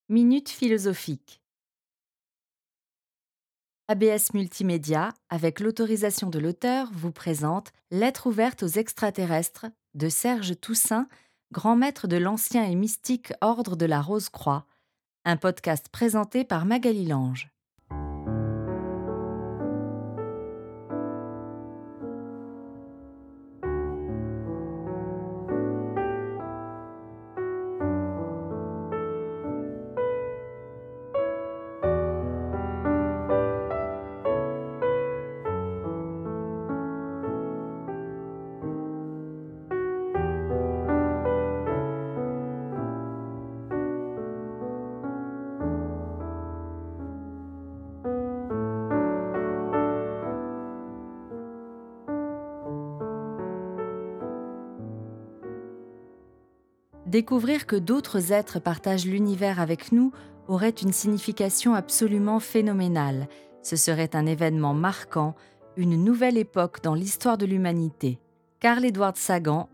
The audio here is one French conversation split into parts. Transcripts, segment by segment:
Minute philosophique. ABS Multimédia, avec l'autorisation de l'auteur, vous présente Lettre ouverte aux extraterrestres de Serge Toussaint, grand maître de l'ancien et mystique Ordre de la Rose-Croix, un podcast présenté par Magali Lange. Découvrir que d'autres êtres partagent l'univers avec nous aurait une signification absolument phénoménale. Ce serait un événement marquant, une nouvelle époque dans l'histoire de l'humanité. Carl Edward Sagan,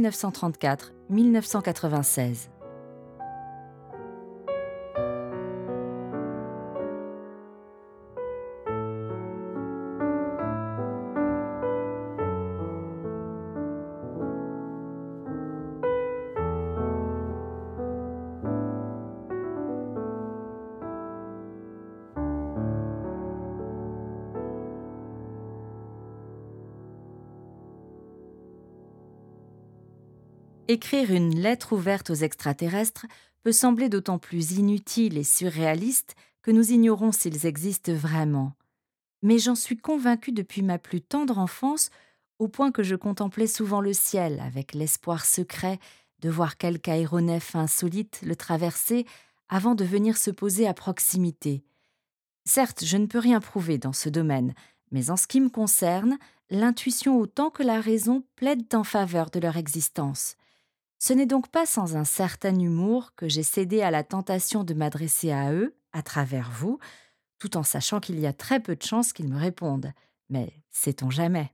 1934-1996. Écrire une lettre ouverte aux extraterrestres peut sembler d'autant plus inutile et surréaliste que nous ignorons s'ils existent vraiment. Mais j'en suis convaincue depuis ma plus tendre enfance, au point que je contemplais souvent le ciel avec l'espoir secret de voir quelque aéronef insolite le traverser avant de venir se poser à proximité. Certes, je ne peux rien prouver dans ce domaine, mais en ce qui me concerne, l'intuition autant que la raison plaident en faveur de leur existence. Ce n'est donc pas sans un certain humour que j'ai cédé à la tentation de m'adresser à eux, à travers vous, tout en sachant qu'il y a très peu de chances qu'ils me répondent. Mais sait-on jamais?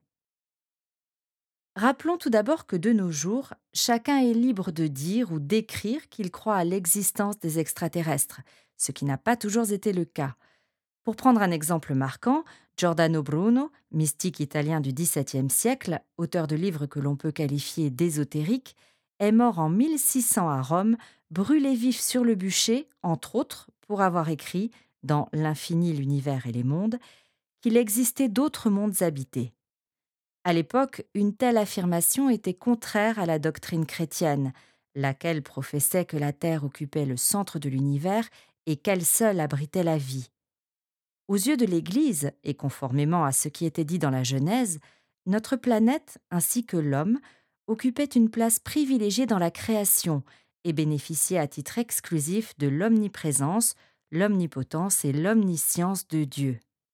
Rappelons tout d'abord que de nos jours, chacun est libre de dire ou d'écrire qu'il croit à l'existence des extraterrestres, ce qui n'a pas toujours été le cas. Pour prendre un exemple marquant, Giordano Bruno, mystique italien du XVIIe siècle, auteur de livres que l'on peut qualifier d'ésotériques, est mort en 1600 à Rome, brûlé vif sur le bûcher, entre autres, pour avoir écrit, dans L'infini, l'univers et les mondes, qu'il existait d'autres mondes habités. À l'époque, une telle affirmation était contraire à la doctrine chrétienne, laquelle professait que la Terre occupait le centre de l'univers et qu'elle seule abritait la vie. Aux yeux de l'Église, et conformément à ce qui était dit dans la Genèse, notre planète, ainsi que l'homme, occupait une place privilégiée dans la création et bénéficiait à titre exclusif de l'omniprésence, l'omnipotence et l'omniscience de Dieu.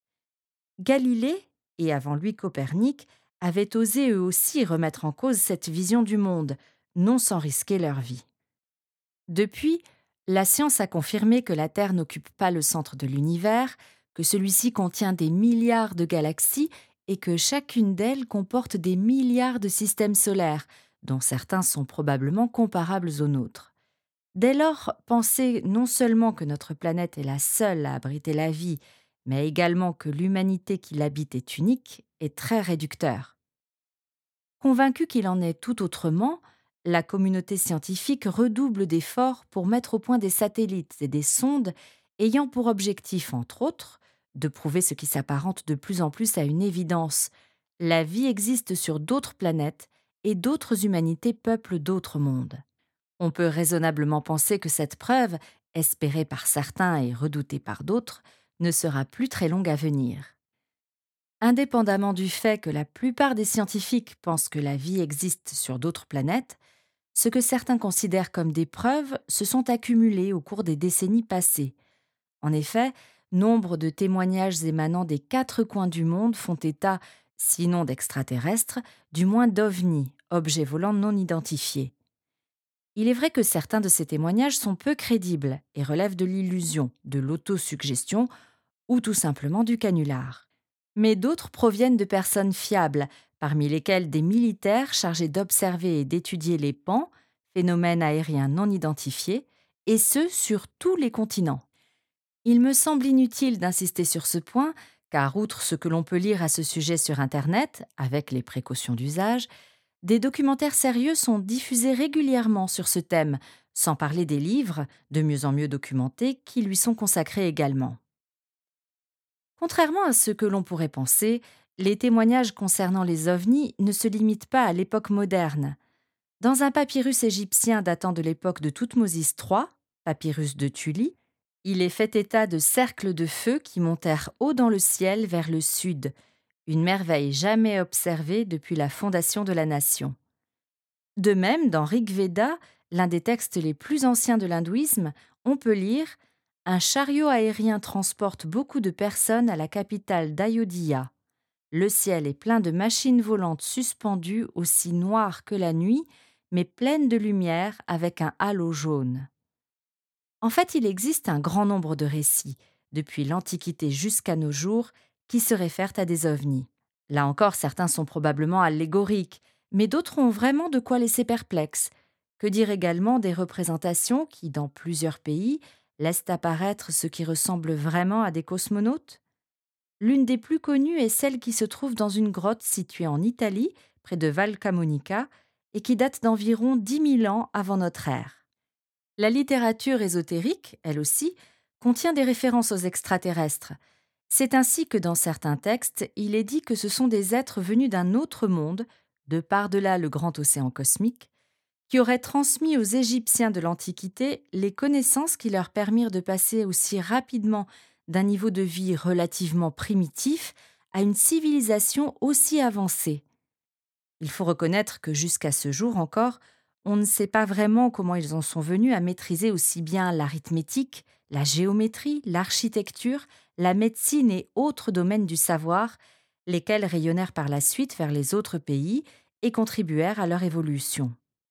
Galilée, et avant lui Copernic, avaient osé eux aussi remettre en cause cette vision du monde, non sans risquer leur vie. Depuis, la science a confirmé que la Terre n'occupe pas le centre de l'univers, que celui-ci contient des milliards de galaxies et que chacune d'elles comporte des milliards de systèmes solaires, dont certains sont probablement comparables aux nôtres. Dès lors, penser non seulement que notre planète est la seule à abriter la vie, mais également que l'humanité qui l'habite est unique, est très réducteur. Convaincue qu'il en est tout autrement, la communauté scientifique redouble d'efforts pour mettre au point des satellites et des sondes ayant pour objectif, entre autres, de prouver ce qui s'apparente de plus en plus à une évidence. La vie existe sur d'autres planètes et d'autres humanités peuplent d'autres mondes. On peut raisonnablement penser que cette preuve, espérée par certains et redoutée par d'autres, ne sera plus très longue à venir. Indépendamment du fait que la plupart des scientifiques pensent que la vie existe sur d'autres planètes, ce que certains considèrent comme des preuves se sont accumulés au cours des décennies passées. En effet, nombre de témoignages émanant des 4 coins du monde font état, sinon d'extraterrestres, du moins d'ovnis, objets volants non identifiés. Il est vrai que certains de ces témoignages sont peu crédibles et relèvent de l'illusion, de l'autosuggestion ou tout simplement du canular. Mais d'autres proviennent de personnes fiables, parmi lesquelles des militaires chargés d'observer et d'étudier les PAN, phénomènes aériens non identifiés, et ce sur tous les continents. Il me semble inutile d'insister sur ce point, car outre ce que l'on peut lire à ce sujet sur Internet, avec les précautions d'usage, des documentaires sérieux sont diffusés régulièrement sur ce thème, sans parler des livres, de mieux en mieux documentés, qui lui sont consacrés également. Contrairement à ce que l'on pourrait penser, les témoignages concernant les ovnis ne se limitent pas à l'époque moderne. Dans un papyrus égyptien datant de l'époque de Toutmosis III, papyrus de Tully, il est fait état de cercles de feu qui montèrent haut dans le ciel vers le sud, une merveille jamais observée depuis la fondation de la nation. De même, dans Rig Veda, l'un des textes les plus anciens de l'hindouisme, on peut lire Un chariot aérien transporte beaucoup de personnes à la capitale d'Ayodhya. Le ciel est plein de machines volantes suspendues aussi noires que la nuit, mais pleines de lumière avec un halo jaune. En fait, il existe un grand nombre de récits, depuis l'Antiquité jusqu'à nos jours, qui se réfèrent à des ovnis. Là encore, certains sont probablement allégoriques, mais d'autres ont vraiment de quoi laisser perplexe. Que dire également des représentations qui, dans plusieurs pays, laissent apparaître ce qui ressemble vraiment à des cosmonautes? L'une des plus connues est celle qui se trouve dans une grotte située en Italie, près de Val Camonica, et qui date d'environ 10 000 ans avant notre ère. La littérature ésotérique, elle aussi, contient des références aux extraterrestres. C'est ainsi que dans certains textes, il est dit que ce sont des êtres venus d'un autre monde, de par-delà le grand océan cosmique, qui auraient transmis aux Égyptiens de l'Antiquité les connaissances qui leur permirent de passer aussi rapidement d'un niveau de vie relativement primitif à une civilisation aussi avancée. Il faut reconnaître que jusqu'à ce jour encore, on ne sait pas vraiment comment ils en sont venus à maîtriser aussi bien l'arithmétique, la géométrie, l'architecture, la médecine et autres domaines du savoir, lesquels rayonnèrent par la suite vers les autres pays et contribuèrent à leur évolution.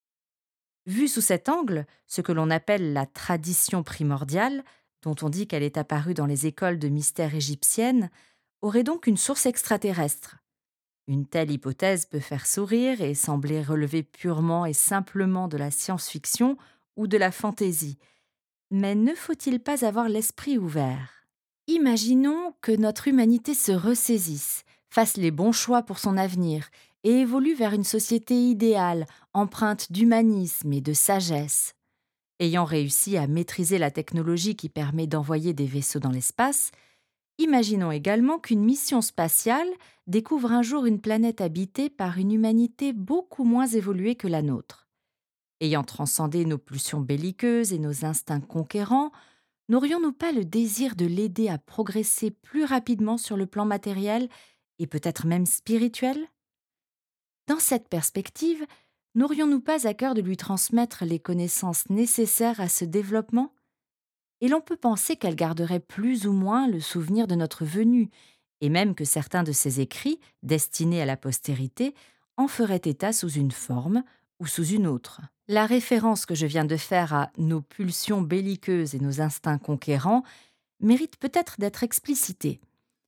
Vu sous cet angle, ce que l'on appelle la tradition primordiale, dont on dit qu'elle est apparue dans les écoles de mystère égyptiennes, aurait donc une source extraterrestre. Une telle hypothèse peut faire sourire et sembler relever purement et simplement de la science-fiction ou de la fantaisie. Mais ne faut-il pas avoir l'esprit ouvert? Imaginons que notre humanité se ressaisisse, fasse les bons choix pour son avenir et évolue vers une société idéale, empreinte d'humanisme et de sagesse. Ayant réussi à maîtriser la technologie qui permet d'envoyer des vaisseaux dans l'espace, imaginons également qu'une mission spatiale découvre un jour une planète habitée par une humanité beaucoup moins évoluée que la nôtre. Ayant transcendé nos pulsions belliqueuses et nos instincts conquérants, n'aurions-nous pas le désir de l'aider à progresser plus rapidement sur le plan matériel et peut-être même spirituel? Dans cette perspective, n'aurions-nous pas à cœur de lui transmettre les connaissances nécessaires à ce développement? Et l'on peut penser qu'elle garderait plus ou moins le souvenir de notre venue, et même que certains de ses écrits, destinés à la postérité, en feraient état sous une forme ou sous une autre. La référence que je viens de faire à nos pulsions belliqueuses et nos instincts conquérants mérite peut-être d'être explicitée.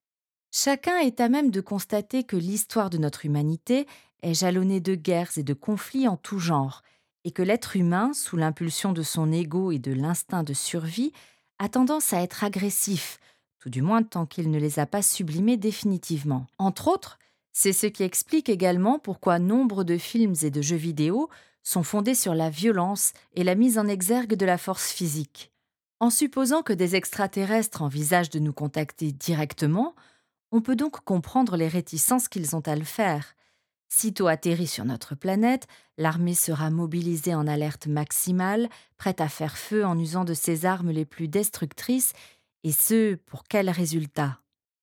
Chacun est à même de constater que l'histoire de notre humanité est jalonnée de guerres et de conflits en tout genre, et que l'être humain, sous l'impulsion de son ego et de l'instinct de survie, a tendance à être agressif, tout du moins tant qu'il ne les a pas sublimés définitivement. Entre autres, c'est ce qui explique également pourquoi nombre de films et de jeux vidéo sont fondés sur la violence et la mise en exergue de la force physique. En supposant que des extraterrestres envisagent de nous contacter directement, on peut donc comprendre les réticences qu'ils ont à le faire. Sitôt atterri sur notre planète, l'armée sera mobilisée en alerte maximale, prête à faire feu en usant de ses armes les plus destructrices, et ce, pour quel résultat?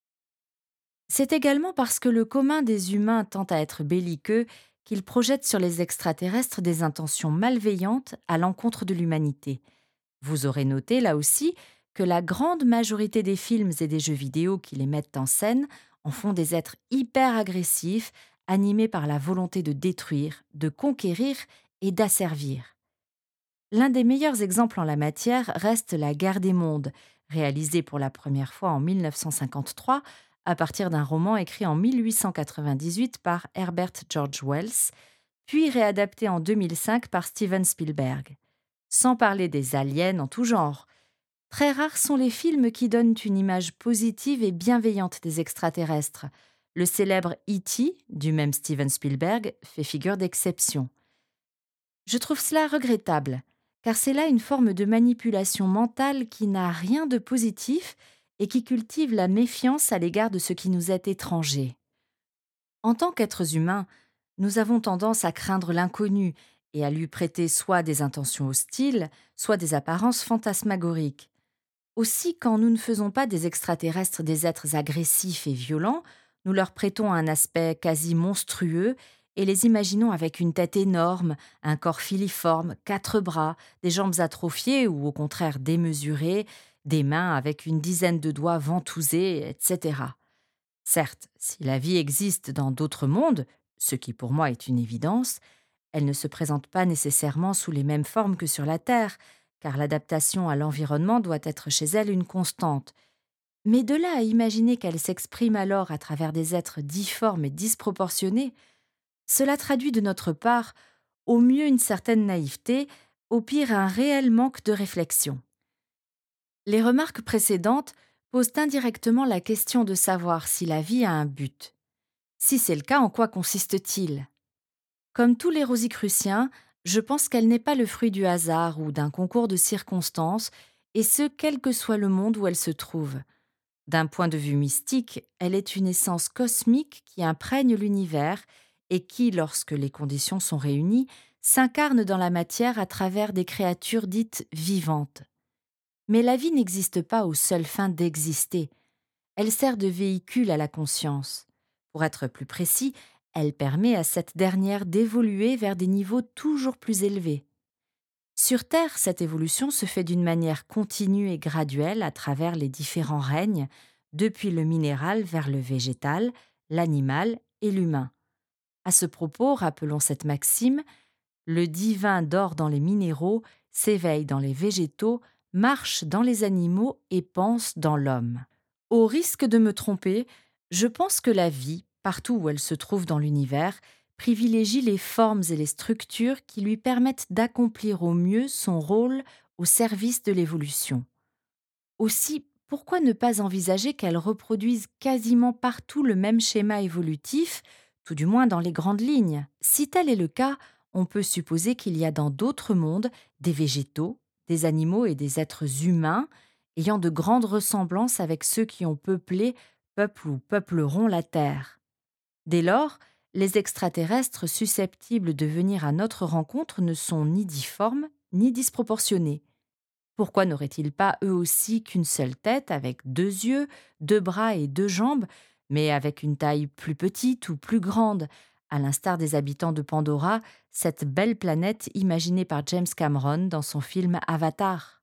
C'est également parce que le commun des humains tend à être belliqueux qu'ils projettent sur les extraterrestres des intentions malveillantes à l'encontre de l'humanité. Vous aurez noté, là aussi, que la grande majorité des films et des jeux vidéo qui les mettent en scène en font des êtres hyper agressifs, animés par la volonté de détruire, de conquérir et d'asservir. L'un des meilleurs exemples en la matière reste La Guerre des mondes, réalisée pour la première fois en 1953 à partir d'un roman écrit en 1898 par Herbert George Wells, puis réadapté en 2005 par Steven Spielberg. sans parler des aliens en tout genre. Très rares sont les films qui donnent une image positive et bienveillante des extraterrestres. Le célèbre E.T., du même Steven Spielberg, fait figure d'exception. Je trouve cela regrettable, car c'est là une forme de manipulation mentale qui n'a rien de positif et qui cultive la méfiance à l'égard de ce qui nous est étranger. En tant qu'êtres humains, nous avons tendance à craindre l'inconnu et à lui prêter soit des intentions hostiles, soit des apparences fantasmagoriques. Aussi, quand nous ne faisons pas des extraterrestres des êtres agressifs et violents, nous leur prêtons un aspect quasi monstrueux et les imaginons avec une tête énorme, un corps filiforme, 4 bras, des jambes atrophiées ou au contraire démesurées, des mains avec une dizaine de doigts ventousés, etc. Certes, si la vie existe dans d'autres mondes, ce qui pour moi est une évidence, elle ne se présente pas nécessairement sous les mêmes formes que sur la Terre, car l'adaptation à l'environnement doit être chez elle une constante. Mais de là à imaginer qu'elle s'exprime alors à travers des êtres difformes et disproportionnés, cela traduit de notre part au mieux une certaine naïveté, au pire un réel manque de réflexion. Les remarques précédentes posent indirectement la question de savoir si la vie a un but. Si c'est le cas, en quoi consiste-t-il ? Comme tous les Rosicruciens, je pense qu'elle n'est pas le fruit du hasard ou d'un concours de circonstances, et ce, quel que soit le monde où elle se trouve. D'un point de vue mystique, elle est une essence cosmique qui imprègne l'univers et qui, lorsque les conditions sont réunies, s'incarne dans la matière à travers des créatures dites vivantes. Mais la vie n'existe pas aux seules fins d'exister. Elle sert de véhicule à la conscience. Pour être plus précis, elle permet à cette dernière d'évoluer vers des niveaux toujours plus élevés. Sur Terre, cette évolution se fait d'une manière continue et graduelle à travers les différents règnes, depuis le minéral vers le végétal, l'animal et l'humain. À ce propos, rappelons cette maxime: le divin dort dans les minéraux, s'éveille dans les végétaux, marche dans les animaux et pense dans l'homme. Au risque de me tromper, je pense que la vie, partout où elle se trouve dans l'univers, privilégie les formes et les structures qui lui permettent d'accomplir au mieux son rôle au service de l'évolution. Aussi, pourquoi ne pas envisager qu'elle reproduise quasiment partout le même schéma évolutif, tout du moins dans les grandes lignes? Si tel est le cas, on peut supposer qu'il y a dans d'autres mondes des végétaux, des animaux et des êtres humains ayant de grandes ressemblances avec ceux qui ont peuplent ou peupleront la Terre. Dès lors, les extraterrestres susceptibles de venir à notre rencontre ne sont ni difformes ni disproportionnés. Pourquoi n'auraient-ils pas eux aussi qu'une seule tête avec 2 yeux, 2 bras et 2 jambes, mais avec une taille plus petite ou plus grande, à l'instar des habitants de Pandora, cette belle planète imaginée par James Cameron dans son film Avatar?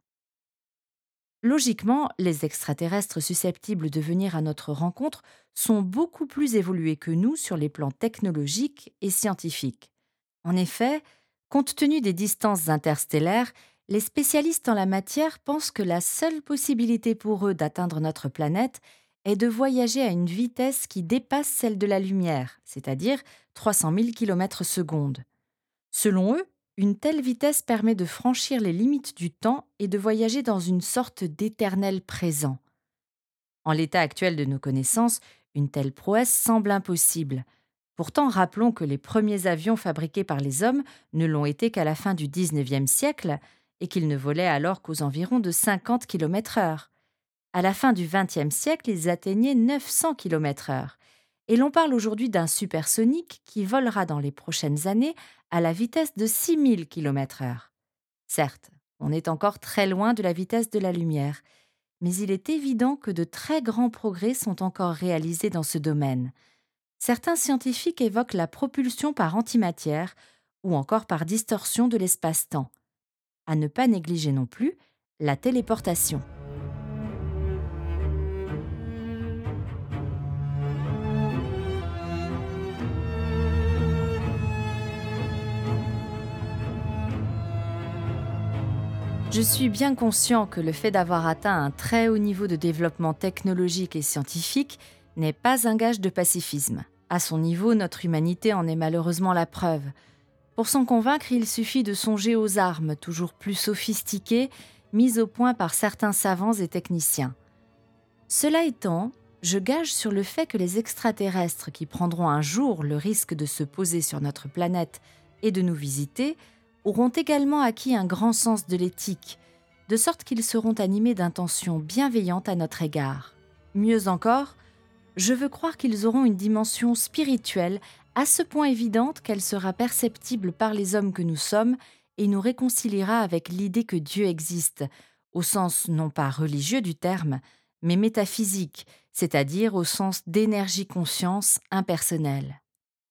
Logiquement, les extraterrestres susceptibles de venir à notre rencontre sont beaucoup plus évolués que nous sur les plans technologiques et scientifiques. En effet, compte tenu des distances interstellaires, les spécialistes en la matière pensent que la seule possibilité pour eux d'atteindre notre planète est de voyager à une vitesse qui dépasse celle de la lumière, c'est-à-dire 300 000 km/s. Selon eux, une telle vitesse permet de franchir les limites du temps et de voyager dans une sorte d'éternel présent. En l'état actuel de nos connaissances, une telle prouesse semble impossible. Pourtant, rappelons que les premiers avions fabriqués par les hommes ne l'ont été qu'à la fin du XIXe siècle et qu'ils ne volaient alors qu'aux environs de 50 km/h. À la fin du XXe siècle, ils atteignaient 900 km/h. Et l'on parle aujourd'hui d'un supersonique qui volera dans les prochaines années à la vitesse de 6000 km/h. Certes, on est encore très loin de la vitesse de la lumière, mais il est évident que de très grands progrès sont encore réalisés dans ce domaine. Certains scientifiques évoquent la propulsion par antimatière ou encore par distorsion de l'espace-temps. À ne pas négliger non plus la téléportation. Je suis bien conscient que le fait d'avoir atteint un très haut niveau de développement technologique et scientifique n'est pas un gage de pacifisme. À son niveau, notre humanité en est malheureusement la preuve. Pour s'en convaincre, il suffit de songer aux armes, toujours plus sophistiquées, mises au point par certains savants et techniciens. Cela étant, je gage sur le fait que les extraterrestres qui prendront un jour le risque de se poser sur notre planète et de nous visiter auront également acquis un grand sens de l'éthique, de sorte qu'ils seront animés d'intentions bienveillantes à notre égard. Mieux encore, je veux croire qu'ils auront une dimension spirituelle à ce point évidente qu'elle sera perceptible par les hommes que nous sommes et nous réconciliera avec l'idée que Dieu existe, au sens non pas religieux du terme, mais métaphysique, c'est-à-dire au sens d'énergie-conscience impersonnelle.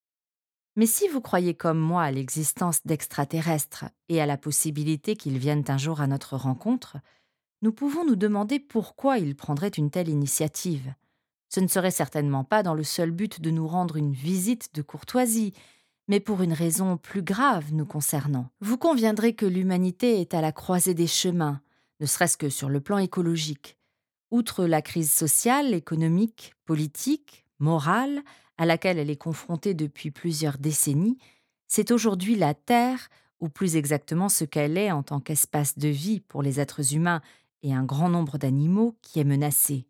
Mais si vous croyez comme moi à l'existence d'extraterrestres et à la possibilité qu'ils viennent un jour à notre rencontre, nous pouvons nous demander pourquoi ils prendraient une telle initiative. Ce ne serait certainement pas dans le seul but de nous rendre une visite de courtoisie, mais pour une raison plus grave nous concernant. Vous conviendrez que l'humanité est à la croisée des chemins, ne serait-ce que sur le plan écologique. Outre la crise sociale, économique, politique, morale, à laquelle elle est confrontée depuis plusieurs décennies, c'est aujourd'hui la Terre, ou plus exactement ce qu'elle est en tant qu'espace de vie pour les êtres humains et un grand nombre d'animaux, qui est menacée.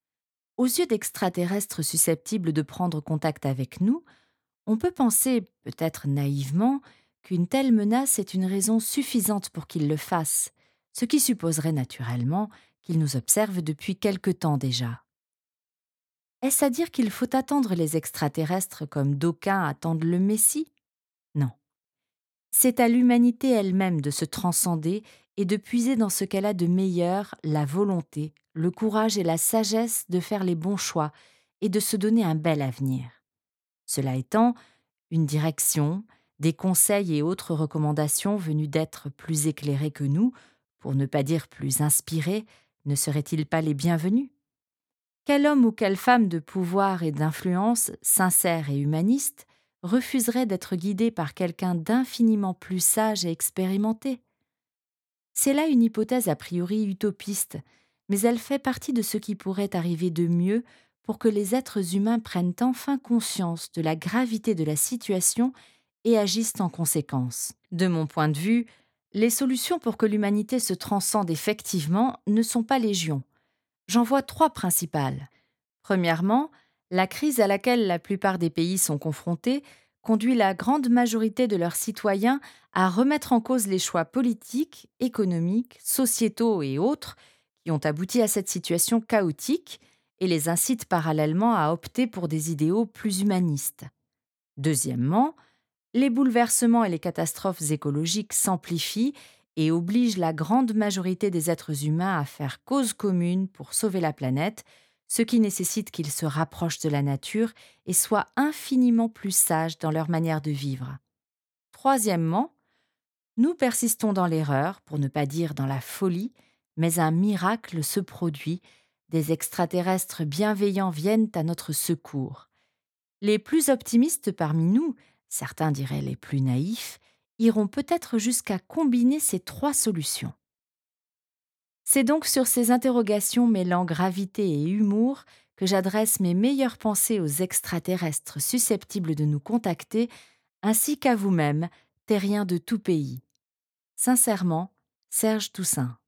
Aux yeux d'extraterrestres susceptibles de prendre contact avec nous, on peut penser, peut-être naïvement, qu'une telle menace est une raison suffisante pour qu'ils le fassent, ce qui supposerait naturellement qu'ils nous observent depuis quelque temps déjà. Est-ce à dire qu'il faut attendre les extraterrestres comme d'aucuns attendent le Messie? Non. C'est à l'humanité elle-même de se transcender et de puiser dans ce qu'elle a de meilleur la volonté, le courage et la sagesse de faire les bons choix et de se donner un bel avenir. Cela étant, une direction, des conseils et autres recommandations venus d'êtres plus éclairés que nous, pour ne pas dire plus inspirés, ne seraient-ils pas les bienvenus? Quel homme ou quelle femme de pouvoir et d'influence, sincère et humaniste, refuserait d'être guidé par quelqu'un d'infiniment plus sage et expérimenté? C'est là une hypothèse a priori utopiste, mais elle fait partie de ce qui pourrait arriver de mieux pour que les êtres humains prennent enfin conscience de la gravité de la situation et agissent en conséquence. De mon point de vue, les solutions pour que l'humanité se transcende effectivement ne sont pas légion. J'en vois trois principales. Premièrement, la crise à laquelle la plupart des pays sont confrontés conduit la grande majorité de leurs citoyens à remettre en cause les choix politiques, économiques, sociétaux et autres qui ont abouti à cette situation chaotique et les incite parallèlement à opter pour des idéaux plus humanistes. Deuxièmement, les bouleversements et les catastrophes écologiques s'amplifient et obligent la grande majorité des êtres humains à faire cause commune pour sauver la planète, ce qui nécessite qu'ils se rapprochent de la nature et soient infiniment plus sages dans leur manière de vivre. Troisièmement, nous persistons dans l'erreur, pour ne pas dire dans la folie, mais un miracle se produit, des extraterrestres bienveillants viennent à notre secours. Les plus optimistes parmi nous, certains diraient les plus naïfs, iront peut-être jusqu'à combiner ces trois solutions. C'est donc sur ces interrogations mêlant gravité et humour que j'adresse mes meilleures pensées aux extraterrestres susceptibles de nous contacter, ainsi qu'à vous-même, terriens de tout pays. Sincèrement, Serge Toussaint.